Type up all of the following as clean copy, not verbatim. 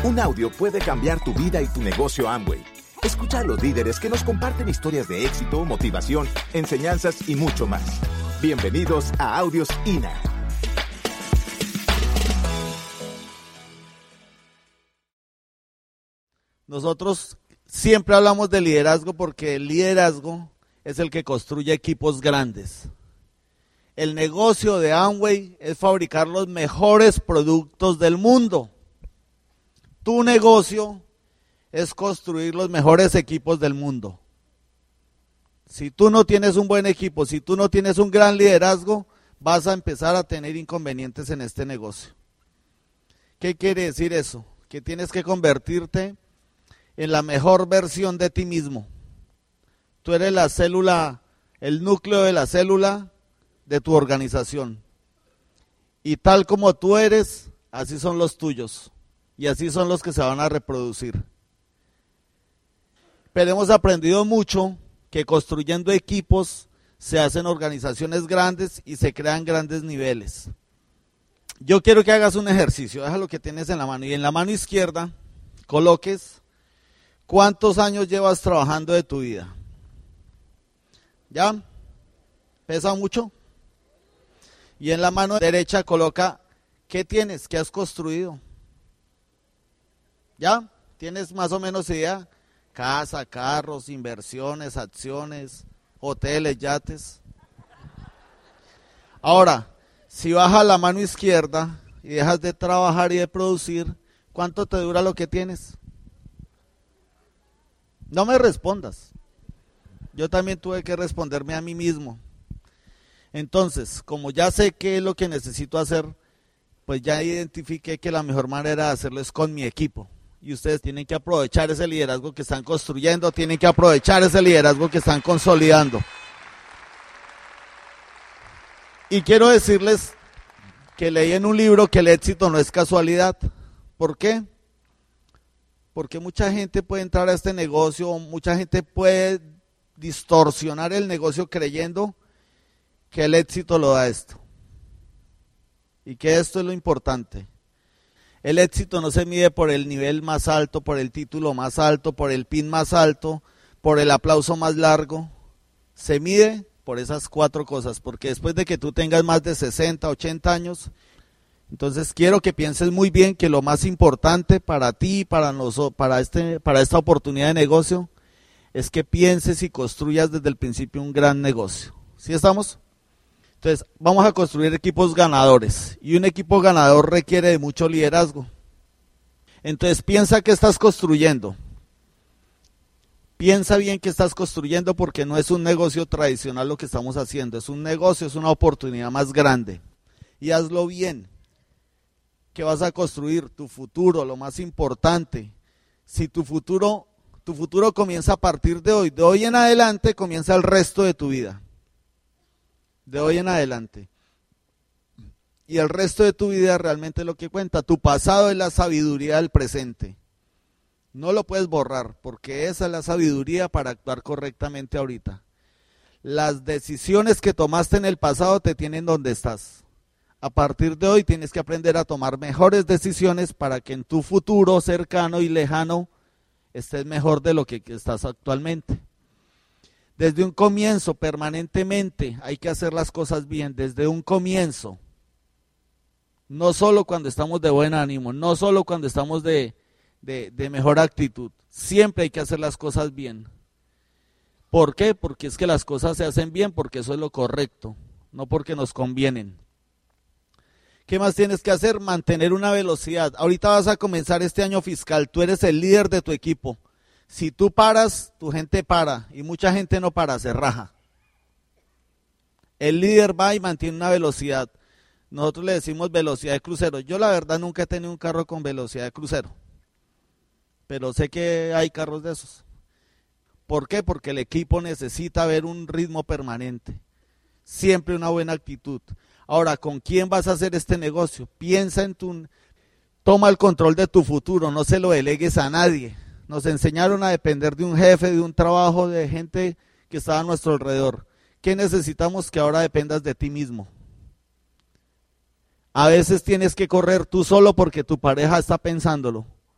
Un audio puede cambiar tu vida y tu negocio Amway. Escucha a los líderes que nos comparten historias de éxito, motivación, enseñanzas y mucho más. Bienvenidos a Audios INA. Nosotros siempre hablamos de liderazgo porque el liderazgo es el que construye equipos grandes. El negocio de Amway es fabricar los mejores productos del mundo. Tu negocio es construir los mejores equipos del mundo. Si tú no tienes un buen equipo, si tú no tienes un gran liderazgo, vas a empezar a tener inconvenientes en este negocio. ¿Qué quiere decir eso? Que tienes que convertirte en la mejor versión de ti mismo. Tú eres la célula, el núcleo de la célula de tu organización. Y tal como tú eres, así son los tuyos. Y así son los que se van a reproducir. Pero hemos aprendido mucho que construyendo equipos se hacen organizaciones grandes y se crean grandes niveles. Yo quiero que hagas un ejercicio, deja lo que tienes en la mano. Y en la mano izquierda coloques cuántos años llevas trabajando de tu vida. ¿Ya? ¿Pesa mucho? Y en la mano derecha coloca qué tienes, qué has construido. ¿Ya? ¿Tienes más o menos idea? Casa, carros, inversiones, acciones, hoteles, yates. Ahora, si bajas la mano izquierda y dejas de trabajar y de producir, ¿cuánto te dura lo que tienes? No me respondas. Yo también tuve que responderme a mí mismo. Entonces, como ya sé qué es lo que necesito hacer, pues ya identifiqué que la mejor manera de hacerlo es con mi equipo. Y ustedes tienen que aprovechar ese liderazgo que están construyendo, tienen que aprovechar ese liderazgo que están consolidando. Y quiero decirles que leí en un libro que el éxito no es casualidad. ¿Por qué? Porque mucha gente puede entrar a este negocio, mucha gente puede distorsionar el negocio creyendo que el éxito lo da esto. Y que esto es lo importante. El éxito no se mide por el nivel más alto, por el título más alto, por el pin más alto, por el aplauso más largo. Se mide por esas 4 cosas, porque después de que tú tengas más de 60, 80 años, entonces quiero que pienses muy bien que lo más importante para ti, para esta oportunidad de negocio, es que pienses y construyas desde el principio un gran negocio. ¿Sí estamos? Entonces, vamos a construir equipos ganadores y un equipo ganador requiere de mucho liderazgo. Entonces, piensa qué estás construyendo. Piensa bien qué estás construyendo porque no es un negocio tradicional lo que estamos haciendo. Es un negocio, es una oportunidad más grande. Y hazlo bien. ¿Qué vas a construir? Tu futuro, lo más importante. Si tu futuro comienza a partir de hoy en adelante comienza el resto de tu vida. De hoy en adelante. Y el resto de tu vida realmente es lo que cuenta. Tu pasado es la sabiduría del presente. No lo puedes borrar porque esa es la sabiduría para actuar correctamente ahorita. Las decisiones que tomaste en el pasado te tienen donde estás. A partir de hoy tienes que aprender a tomar mejores decisiones para que en tu futuro cercano y lejano estés mejor de lo que estás actualmente. Desde un comienzo, permanentemente, hay que hacer las cosas bien, desde un comienzo. No solo cuando estamos de buen ánimo, no solo cuando estamos de mejor actitud. Siempre hay que hacer las cosas bien. ¿Por qué? Porque es que las cosas se hacen bien porque eso es lo correcto, no porque nos convienen. ¿Qué más tienes que hacer? Mantener una velocidad. Ahorita vas a comenzar este año fiscal, tú eres el líder de tu equipo. Si tú paras, tu gente para y mucha gente no para, se raja. El líder va y mantiene una velocidad. Nosotros le decimos velocidad de crucero. Yo la verdad nunca he tenido un carro con velocidad de crucero, pero sé que hay carros de esos. ¿Por qué? Porque el equipo necesita ver un ritmo permanente, siempre una buena actitud. Ahora, ¿con quién vas a hacer este negocio? Piensa toma el control de tu futuro, no se lo delegues a nadie. Nos enseñaron a depender de un jefe, de un trabajo, de gente que estaba a nuestro alrededor. ¿Qué necesitamos? Que ahora dependas de ti mismo. A veces tienes que correr tú solo porque tu pareja está pensándolo.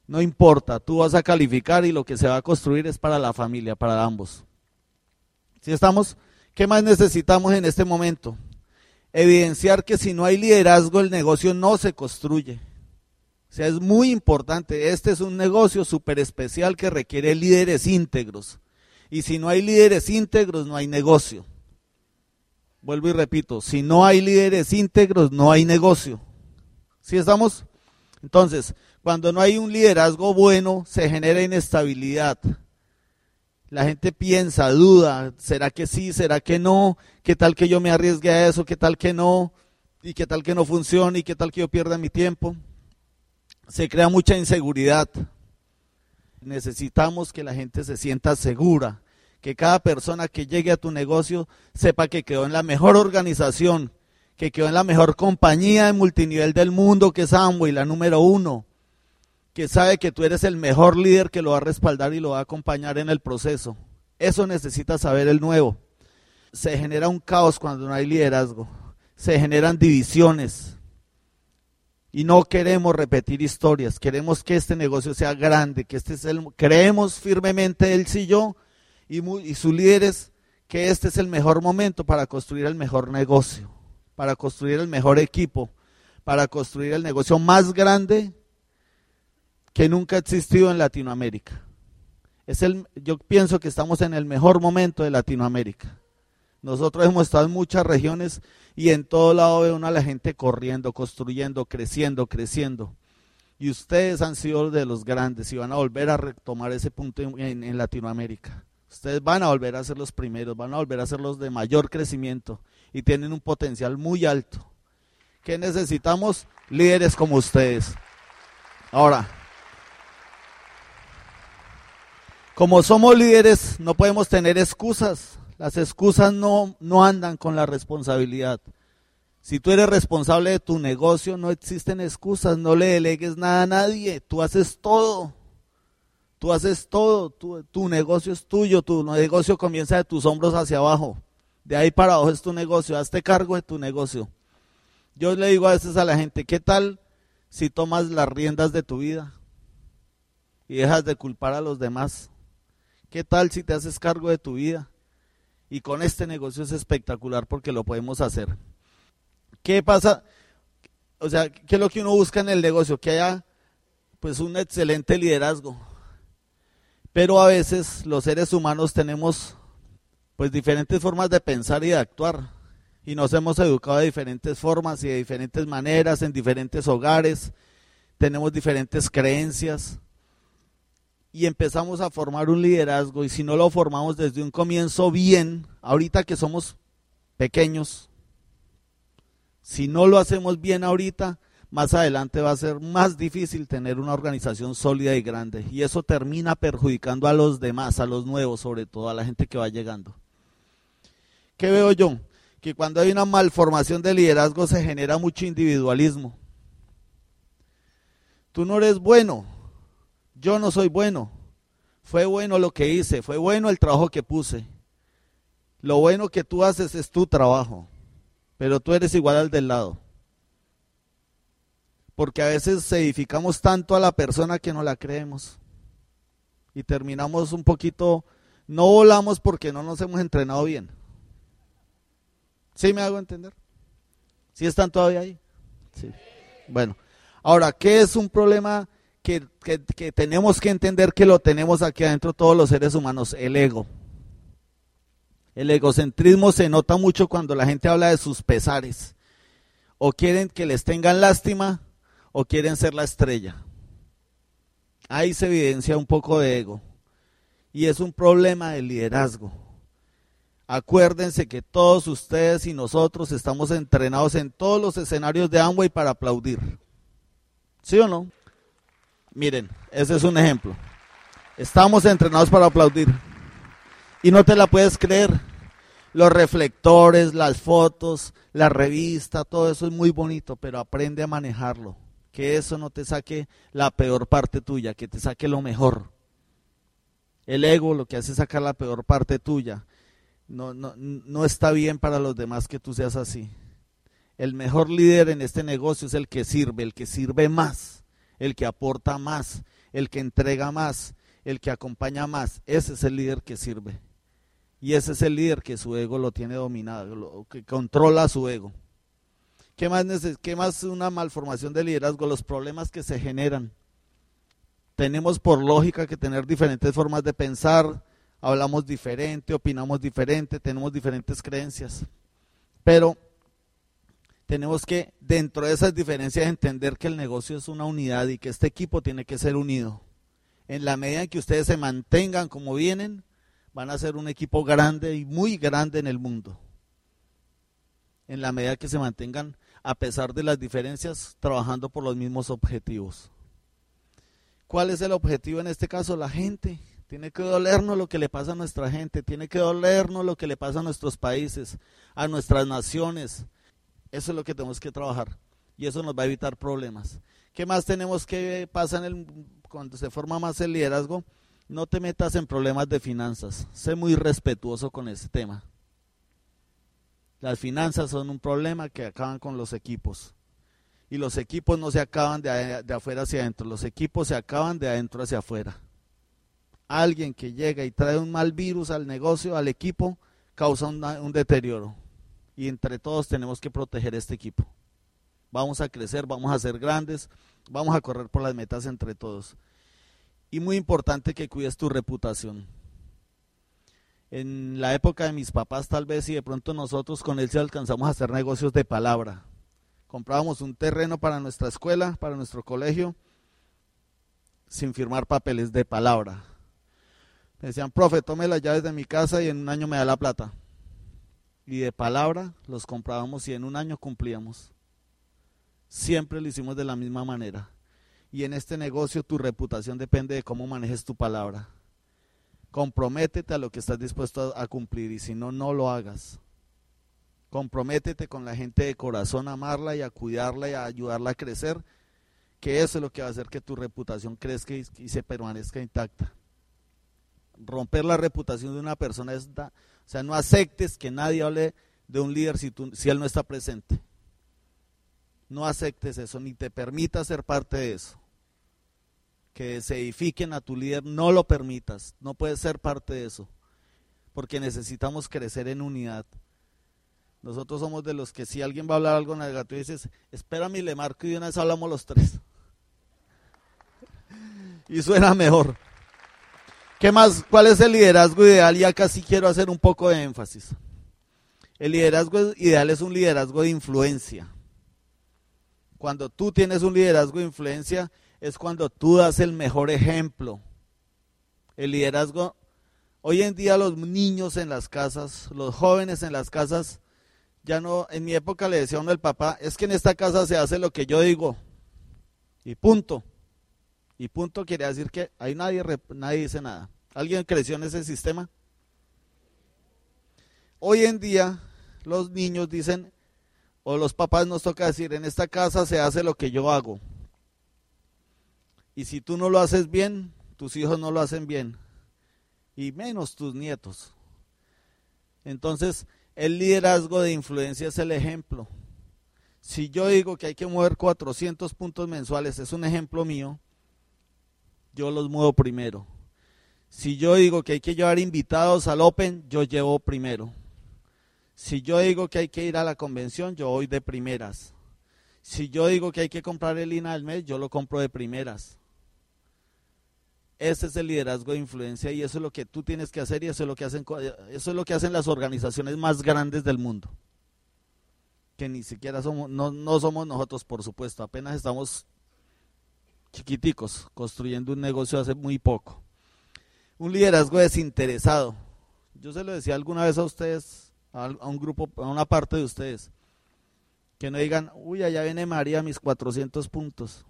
No importa, tú vas a calificar y lo que se va a construir es para la familia, para ambos. ¿Sí estamos? ¿Qué más necesitamos en este momento? Evidenciar que si no hay liderazgo, el negocio no se construye. O sea, es muy importante. Este es un negocio súper especial que requiere líderes íntegros. Y si no hay líderes íntegros, no hay negocio. Vuelvo y repito, si no hay líderes íntegros, no hay negocio. ¿Sí estamos? Entonces, cuando no hay un liderazgo bueno, se genera inestabilidad. La gente piensa, duda, ¿será que sí? ¿Será que no? ¿Qué tal que yo me arriesgue a eso? ¿Qué tal que no? ¿Y qué tal que no funcione? ¿Y qué tal que yo pierda mi tiempo? Se crea mucha inseguridad. Necesitamos que la gente se sienta segura, que cada persona que llegue a tu negocio sepa que quedó en la mejor organización, que quedó en la mejor compañía de multinivel del mundo, que es Amway, la número 1, que sabe que tú eres el mejor líder que lo va a respaldar y lo va a acompañar en el proceso. Eso necesita saber el nuevo. Se genera un caos cuando no hay liderazgo, se generan divisiones. Y no queremos repetir historias, queremos que este negocio sea grande, que creemos firmemente él y yo y sus líderes que este es el mejor momento para construir el mejor negocio, para construir el mejor equipo, para construir el negocio más grande que nunca ha existido en Latinoamérica. Yo pienso que estamos en el mejor momento de Latinoamérica. Nosotros hemos estado en muchas regiones y en todo lado ve uno a la gente corriendo, construyendo, creciendo. Y ustedes han sido de los grandes y van a volver a retomar ese punto en Latinoamérica. Ustedes van a volver a ser los primeros, van a volver a ser los de mayor crecimiento y tienen un potencial muy alto. ¿Qué necesitamos? Líderes como ustedes. Ahora, como somos líderes, no podemos tener excusas. Las excusas no andan con la responsabilidad. Si tú eres responsable de tu negocio, no existen excusas, no le delegues nada a nadie, tú haces todo. Tu negocio es tuyo, tu negocio comienza de tus hombros hacia abajo. De ahí para abajo es tu negocio, hazte cargo de tu negocio. Yo le digo a veces a la gente, ¿qué tal si tomas las riendas de tu vida y dejas de culpar a los demás? ¿Qué tal si te haces cargo de tu vida? Y con este negocio es espectacular porque lo podemos hacer. ¿Qué pasa? O sea, ¿qué es lo que uno busca en el negocio? Que haya pues un excelente liderazgo. Pero a veces los seres humanos tenemos pues diferentes formas de pensar y de actuar. Y nos hemos educado de diferentes formas y de diferentes maneras, en diferentes hogares. Tenemos diferentes creencias. Y empezamos a formar un liderazgo y si no lo formamos desde un comienzo bien, ahorita que somos pequeños, si no lo hacemos bien ahorita, más adelante va a ser más difícil tener una organización sólida y grande y eso termina perjudicando a los demás, a los nuevos, sobre todo a la gente que va llegando. ¿Qué veo yo? Que cuando hay una malformación de liderazgo se genera mucho individualismo. Tú no eres bueno. Yo no soy bueno, fue bueno lo que hice, fue bueno el trabajo que puse. Lo bueno que tú haces es tu trabajo, pero tú eres igual al del lado. Porque a veces edificamos tanto a la persona que no la creemos. Y terminamos un poquito, no volamos porque no nos hemos entrenado bien. ¿Sí me hago entender? ¿Sí están todavía ahí? Sí. Bueno, ahora, ¿qué es un problema que tenemos que entender que lo tenemos aquí adentro todos los seres humanos? El ego. El egocentrismo se nota mucho cuando la gente habla de sus pesares. O quieren que les tengan lástima o quieren ser la estrella. Ahí se evidencia un poco de ego. Y es un problema de liderazgo. Acuérdense que todos ustedes y nosotros estamos entrenados en todos los escenarios de Amway para aplaudir. ¿Sí o no? Miren, ese es un ejemplo. Estamos entrenados para aplaudir. Y no te la puedes creer. Los reflectores, las fotos, la revista, todo eso es muy bonito, pero aprende a manejarlo. Que eso no te saque la peor parte tuya, que te saque lo mejor. El ego lo que hace es sacar la peor parte tuya. No está bien para los demás que tú seas así. El mejor líder en este negocio es el que sirve más. El que aporta más, el que entrega más, el que acompaña más, ese es el líder que sirve. Y ese es el líder que su ego lo tiene dominado, que controla su ego. ¿Qué más una malformación de liderazgo? Los problemas que se generan. Tenemos por lógica que tener diferentes formas de pensar, hablamos diferente, opinamos diferente, tenemos diferentes creencias. Pero tenemos que, dentro de esas diferencias, entender que el negocio es una unidad y que este equipo tiene que ser unido. En la medida en que ustedes se mantengan como vienen, van a ser un equipo grande y muy grande en el mundo. En la medida que se mantengan, a pesar de las diferencias, trabajando por los mismos objetivos. ¿Cuál es el objetivo en este caso? La gente. Tiene que dolernos lo que le pasa a nuestra gente, tiene que dolernos lo que le pasa a nuestros países, a nuestras naciones. Eso es lo que tenemos que trabajar y eso nos va a evitar problemas. ¿Qué más tenemos que pasar cuando se forma más el liderazgo? No te metas en problemas de finanzas, sé muy respetuoso con ese tema. Las finanzas son un problema que acaban con los equipos. Y los equipos no se acaban de afuera hacia adentro, los equipos se acaban de adentro hacia afuera. Alguien que llega y trae un mal virus al negocio, al equipo, causa un deterioro. Y entre todos tenemos que proteger este equipo. Vamos a crecer, vamos a ser grandes, vamos a correr por las metas entre todos. Y muy importante que cuides tu reputación. En la época de mis papás tal vez, y de pronto nosotros con él sí alcanzamos a hacer negocios de palabra. Comprábamos un terreno para nuestra escuela, para nuestro colegio, sin firmar papeles, de palabra. Me decían, profe, tome las llaves de mi casa y en un año me da la plata. Y de palabra los comprábamos y en un año cumplíamos. Siempre lo hicimos de la misma manera. Y en este negocio tu reputación depende de cómo manejes tu palabra. Comprométete a lo que estás dispuesto a cumplir y si no, no lo hagas. Comprométete con la gente de corazón a amarla y a cuidarla y a ayudarla a crecer, que eso es lo que va a hacer que tu reputación crezca y se permanezca intacta. Romper la reputación de una persona es, o sea, no aceptes que nadie hable de un líder si él no está presente. No aceptes eso, ni te permitas ser parte de eso. Que se edifiquen a tu líder, no lo permitas, no puedes ser parte de eso, porque necesitamos crecer en unidad. Nosotros somos de los que si alguien va a hablar algo negativo, dices, espérame y le marco y de una vez hablamos los tres. Y suena mejor. ¿Qué más? ¿Cuál es el liderazgo ideal? Y acá sí quiero hacer un poco de énfasis. El liderazgo ideal es un liderazgo de influencia. Cuando tú tienes un liderazgo de influencia, es cuando tú das el mejor ejemplo. El liderazgo, hoy en día los niños en las casas, los jóvenes en las casas, ya no, en mi época le decía a uno el papá, es que en esta casa se hace lo que yo digo, y punto. Y punto quiere decir que ahí nadie dice nada. ¿Alguien creció en ese sistema? Hoy en día los niños dicen, o los papás nos toca decir, en esta casa se hace lo que yo hago. Y si tú no lo haces bien, tus hijos no lo hacen bien. Y menos tus nietos. Entonces, el liderazgo de influencia es el ejemplo. Si yo digo que hay que mover 400 puntos mensuales, es un ejemplo mío, yo los muevo primero. Si yo digo que hay que llevar invitados al Open, yo llevo primero. Si yo digo que hay que ir a la convención, yo voy de primeras. Si yo digo que hay que comprar el INA del mes, yo lo compro de primeras. Ese es el liderazgo de influencia y eso es lo que tú tienes que hacer y eso es lo que hacen las organizaciones más grandes del mundo. Que ni siquiera somos, no somos nosotros, por supuesto, apenas estamos chiquiticos, construyendo un negocio hace muy poco. Un liderazgo desinteresado. Yo se lo decía alguna vez a ustedes, a un grupo, a una parte de ustedes, que no digan, uy, allá viene María a mis 400 puntos.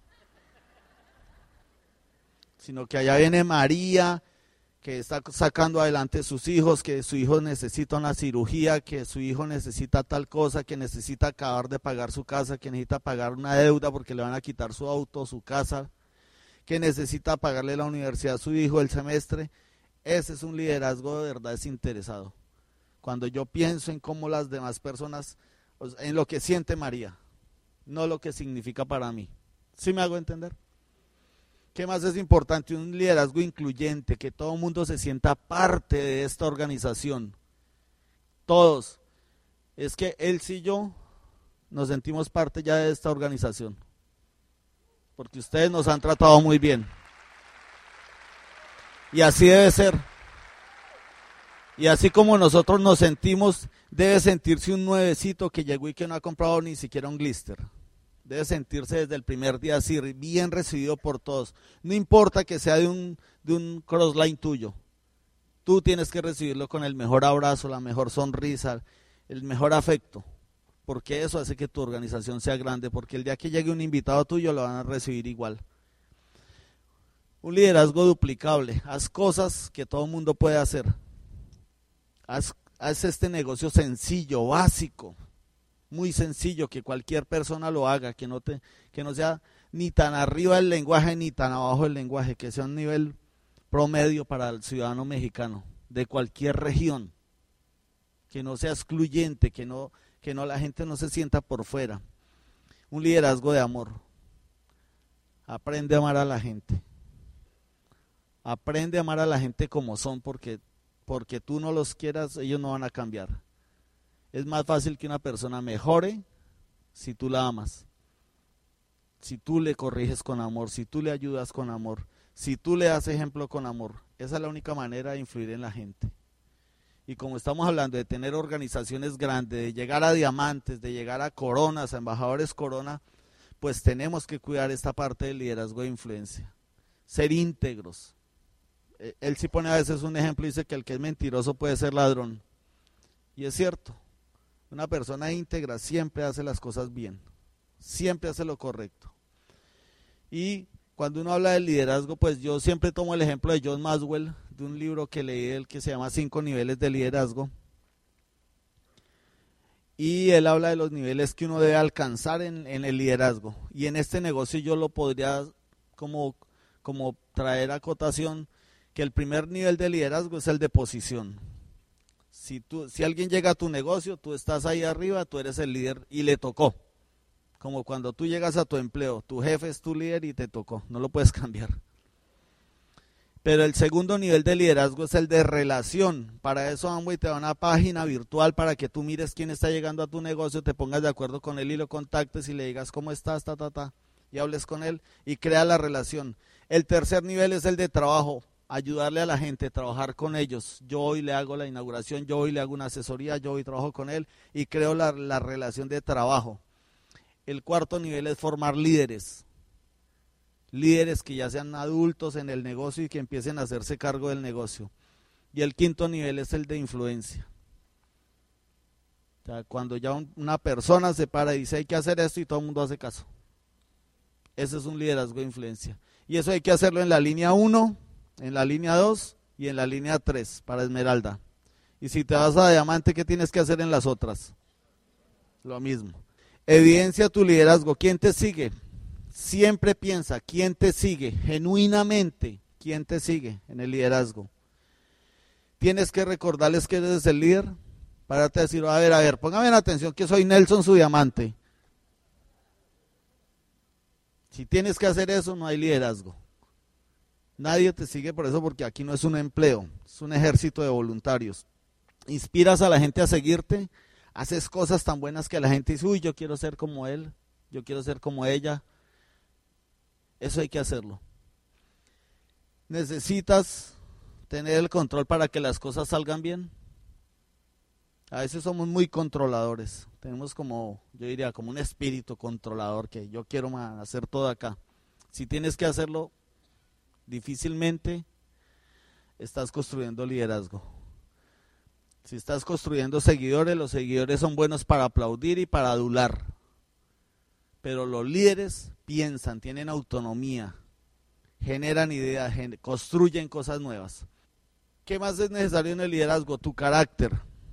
Sino que allá viene María, que está sacando adelante a sus hijos, que su hijo necesita una cirugía, que su hijo necesita tal cosa, que necesita acabar de pagar su casa, que necesita pagar una deuda porque le van a quitar su auto, su casa, que necesita pagarle la universidad a su hijo el semestre. Ese es un liderazgo de verdad desinteresado. Cuando yo pienso en cómo las demás personas, en lo que siente María, no lo que significa para mí. ¿Sí me hago entender? ¿Qué más es importante? Un liderazgo incluyente, que todo el mundo se sienta parte de esta organización. Todos. Es que él y yo nos sentimos parte ya de esta organización, porque ustedes nos han tratado muy bien. Y así debe ser. Y así como nosotros nos sentimos, debe sentirse un nuevecito que llegó y que no ha comprado ni siquiera un glister. Debe sentirse desde el primer día así, bien recibido por todos. No importa que sea de un crossline tuyo. Tú tienes que recibirlo con el mejor abrazo, la mejor sonrisa, el mejor afecto. Porque eso hace que tu organización sea grande. Porque el día que llegue un invitado tuyo lo van a recibir igual. Un liderazgo duplicable. Haz cosas que todo el mundo puede hacer. Haz este negocio sencillo, básico. Muy sencillo, que cualquier persona lo haga, que no sea ni tan arriba del lenguaje ni tan abajo del lenguaje, que sea un nivel promedio para el ciudadano mexicano, de cualquier región, que no sea excluyente, que la gente no se sienta por fuera. Un liderazgo de amor. Aprende a amar a la gente. Aprende a amar a la gente como son, porque tú no los quieras, ellos no van a cambiar. Es más fácil que una persona mejore si tú la amas, si tú le corriges con amor, si tú le ayudas con amor, si tú le das ejemplo con amor. Esa es la única manera de influir en la gente. Y como estamos hablando de tener organizaciones grandes, de llegar a diamantes, de llegar a coronas, a embajadores corona, pues tenemos que cuidar esta parte del liderazgo de influencia. Ser íntegros. Él sí pone a veces un ejemplo, dice que el que es mentiroso puede ser ladrón. Y es cierto. Una persona íntegra siempre hace las cosas bien, siempre hace lo correcto. Y cuando uno habla del liderazgo, pues yo siempre tomo el ejemplo de John Maxwell, de un libro que leí de él que se llama 5 niveles de liderazgo. Y él habla de los niveles que uno debe alcanzar en el liderazgo. Y en este negocio yo lo podría como traer a cotación, que el primer nivel de liderazgo es el de posición. Si alguien llega a tu negocio, tú estás ahí arriba, tú eres el líder y le tocó. Como cuando tú llegas a tu empleo, tu jefe es tu líder y te tocó, no lo puedes cambiar. Pero el segundo nivel de liderazgo es el de relación. Para eso Amway te da una página virtual para que tú mires quién está llegando a tu negocio, te pongas de acuerdo con él y lo contactes y le digas cómo estás, y hables con él y crea la relación. El tercer nivel es el de trabajo. Ayudarle a la gente, trabajar con ellos. Yo hoy le hago la inauguración, yo hoy le hago una asesoría, yo hoy trabajo con él y creo la relación de trabajo. El cuarto nivel es formar líderes. Líderes que ya sean adultos en el negocio y que empiecen a hacerse cargo del negocio. Y el quinto nivel es el de influencia. O sea, cuando ya una persona se para y dice hay que hacer esto y todo el mundo hace caso. Ese es un liderazgo de influencia. Y eso hay que hacerlo en la línea 1, en la línea 2 y en la línea 3 para Esmeralda. Y si te vas a Diamante, ¿qué tienes que hacer en las otras? Lo mismo. Evidencia tu liderazgo. ¿Quién te sigue? Siempre piensa, ¿quién te sigue? Genuinamente, ¿quién te sigue en el liderazgo? Tienes que recordarles que eres el líder. Párate a decir, a ver, póngame en atención que soy Nelson, su diamante. Si tienes que hacer eso, no hay liderazgo. Nadie te sigue por eso, porque aquí no es un empleo, es un ejército de voluntarios. Inspiras a la gente a seguirte, haces cosas tan buenas que la gente dice, uy, yo quiero ser como él, yo quiero ser como ella. Eso hay que hacerlo. Necesitas tener el control para que las cosas salgan bien. A veces somos muy controladores, tenemos como, yo diría, como un espíritu controlador, que yo quiero hacer todo acá. Si tienes que hacerlo, difícilmente estás construyendo liderazgo. Si estás construyendo seguidores, los seguidores son buenos para aplaudir y para adular. Pero los líderes piensan, tienen autonomía, generan ideas, construyen cosas nuevas. ¿Qué más es necesario en el liderazgo? Tu carácter.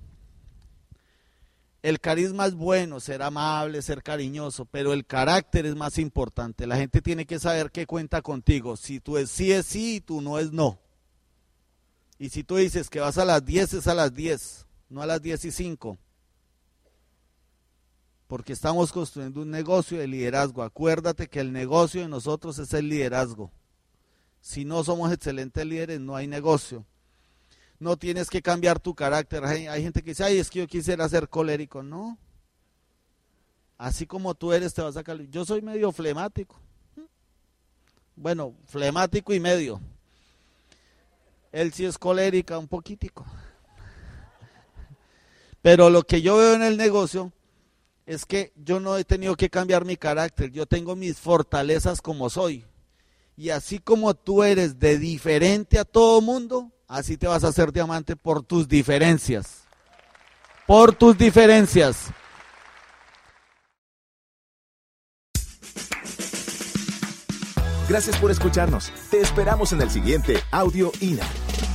El carisma es bueno, ser amable, ser cariñoso, pero el carácter es más importante. La gente tiene que saber que cuenta contigo. Si tú es sí y tú no es no. Y si tú dices que vas a las 10, es a las 10, no a las 10:05. Porque estamos construyendo un negocio de liderazgo. Acuérdate que el negocio de nosotros es el liderazgo. Si no somos excelentes líderes, no hay negocio. No tienes que cambiar tu carácter. Hay gente que dice, ay, es que yo quisiera ser colérico. No. Así como tú eres, te vas a calificar. Yo soy medio flemático. Bueno, flemático y medio. Él sí es colérica, un poquitico. Pero lo que yo veo en el negocio es que yo no he tenido que cambiar mi carácter. Yo tengo mis fortalezas como soy. Y así como tú eres de diferente a todo mundo, así te vas a hacer diamante por tus diferencias. Por tus diferencias. Gracias por escucharnos. Te esperamos en el siguiente Audio INA.